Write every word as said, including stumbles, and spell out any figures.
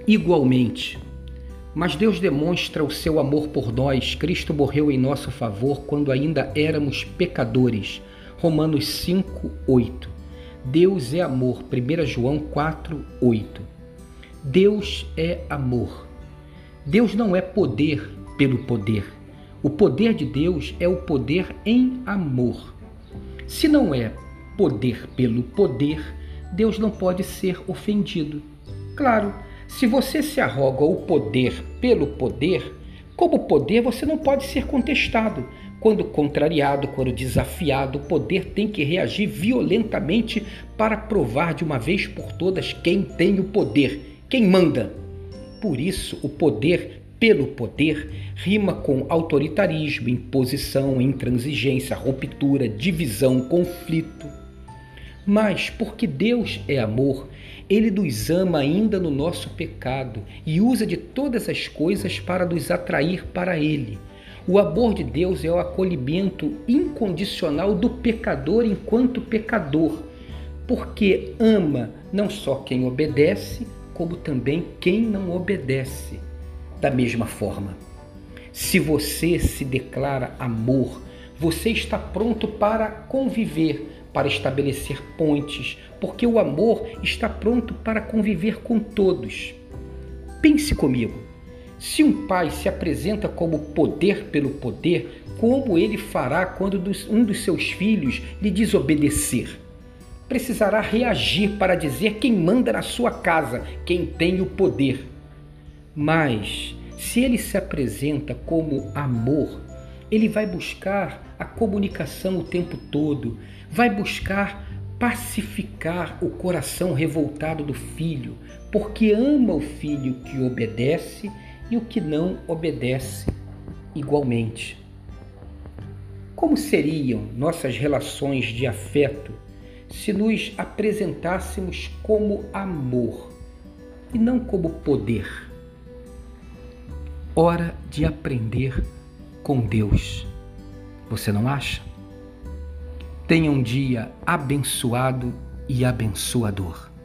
igualmente. Mas Deus demonstra o seu amor por nós. Cristo morreu em nosso favor quando ainda éramos pecadores. Romanos cinco, oito. Deus é amor. primeira João quatro, oito. Deus é amor. Deus não é poder pelo poder. O poder de Deus é o poder em amor. Se não é poder pelo poder, Deus não pode ser ofendido. Claro, se você se arroga o poder pelo poder, como poder você não pode ser contestado. Quando contrariado, quando desafiado, o poder tem que reagir violentamente para provar de uma vez por todas quem tem o poder, quem manda. Por isso, o poder pelo poder rima com autoritarismo, imposição, intransigência, ruptura, divisão, conflito. Mas, porque Deus é amor, Ele nos ama ainda no nosso pecado e usa de todas as coisas para nos atrair para Ele. O amor de Deus é o acolhimento incondicional do pecador enquanto pecador, porque ama não só quem obedece, como também quem não obedece. Da mesma forma, se você se declara amor, você está pronto para conviver, para estabelecer pontes, porque o amor está pronto para conviver com todos. Pense comigo, se um pai se apresenta como poder pelo poder, como ele fará quando um dos seus filhos lhe desobedecer? Precisará reagir para dizer quem manda na sua casa, quem tem o poder. Mas, se ele se apresenta como amor, ele vai buscar a comunicação o tempo todo, vai buscar pacificar o coração revoltado do filho, porque ama o filho que obedece e o que não obedece igualmente. Como seriam nossas relações de afeto se nos apresentássemos como amor e não como poder? Hora de aprender com Deus. Você não acha? Tenha um dia abençoado e abençoador.